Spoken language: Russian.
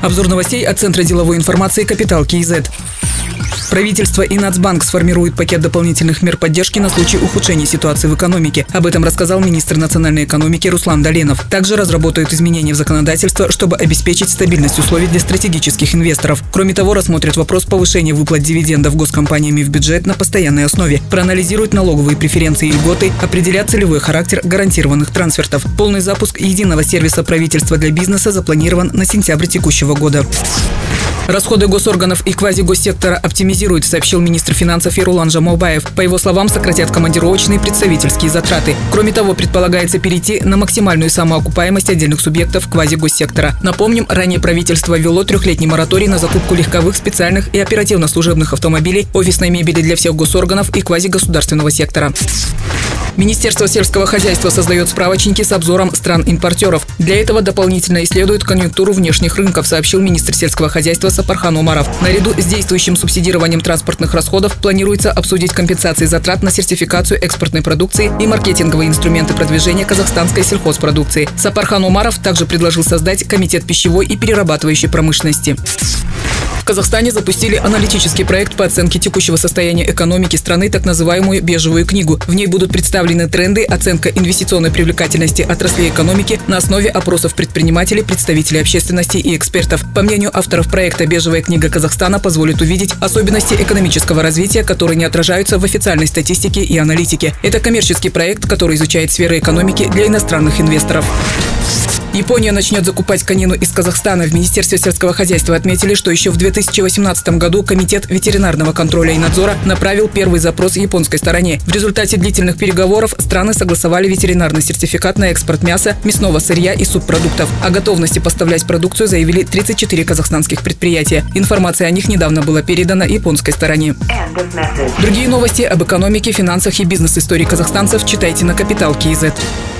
Обзор новостей от Центра деловой информации «Капитал КИЗ». Правительство и Нацбанк сформируют пакет дополнительных мер поддержки на случай ухудшения ситуации в экономике. Об этом рассказал министр национальной экономики Руслан Доленов. Также разработают изменения в законодательство, чтобы обеспечить стабильность условий для стратегических инвесторов. Кроме того, рассмотрят вопрос повышения выплат дивидендов госкомпаниями в бюджет на постоянной основе, проанализируют налоговые преференции и льготы, определят целевой характер гарантированных трансфертов. Полный запуск единого сервиса правительства для бизнеса запланирован на сентябрь текущего года. Расходы госорганов и квазигоссектора оптимизируют, сообщил министр финансов Ерулан Жамалбаев. По его словам, сократят командировочные представительские затраты. Кроме того, предполагается перейти на максимальную самоокупаемость отдельных субъектов квазигоссектора. Напомним, ранее правительство ввело 3-летний мораторий на закупку легковых, специальных и оперативно-служебных автомобилей, офисной мебели для всех госорганов и квазигосударственного сектора. Министерство сельского хозяйства создает справочники с обзором стран-импортеров. Для этого дополнительно исследуют конъюнктуру внешних рынков, сообщил министр сельского хозяйства Сапархан Умаров. Наряду с действующим субсидированием транспортных расходов планируется обсудить компенсации затрат на сертификацию экспортной продукции и маркетинговые инструменты продвижения казахстанской сельхозпродукции. Сапархан Умаров также предложил создать комитет пищевой и перерабатывающей промышленности. В Казахстане запустили аналитический проект по оценке текущего состояния экономики страны, так называемую «Бежевую книгу». В ней будут представлены тренды, оценка инвестиционной привлекательности отраслей экономики на основе опросов предпринимателей, представителей общественности и экспертов. По мнению авторов проекта, «Бежевая книга Казахстана» позволит увидеть особенности экономического развития, которые не отражаются в официальной статистике и аналитике. Это коммерческий проект, который изучает сферы экономики для иностранных инвесторов. Япония начнет закупать конину из Казахстана. В Министерстве сельского хозяйства отметили, что еще в 2018 году Комитет ветеринарного контроля и надзора направил первый запрос японской стороне. В результате длительных переговоров страны согласовали ветеринарный сертификат на экспорт мяса, мясного сырья и субпродуктов. О готовности поставлять продукцию заявили 34 казахстанских предприятия. Информация о них недавно была передана японской стороне. Другие новости об экономике, финансах и бизнес-истории казахстанцев читайте на Капитал КИЗ.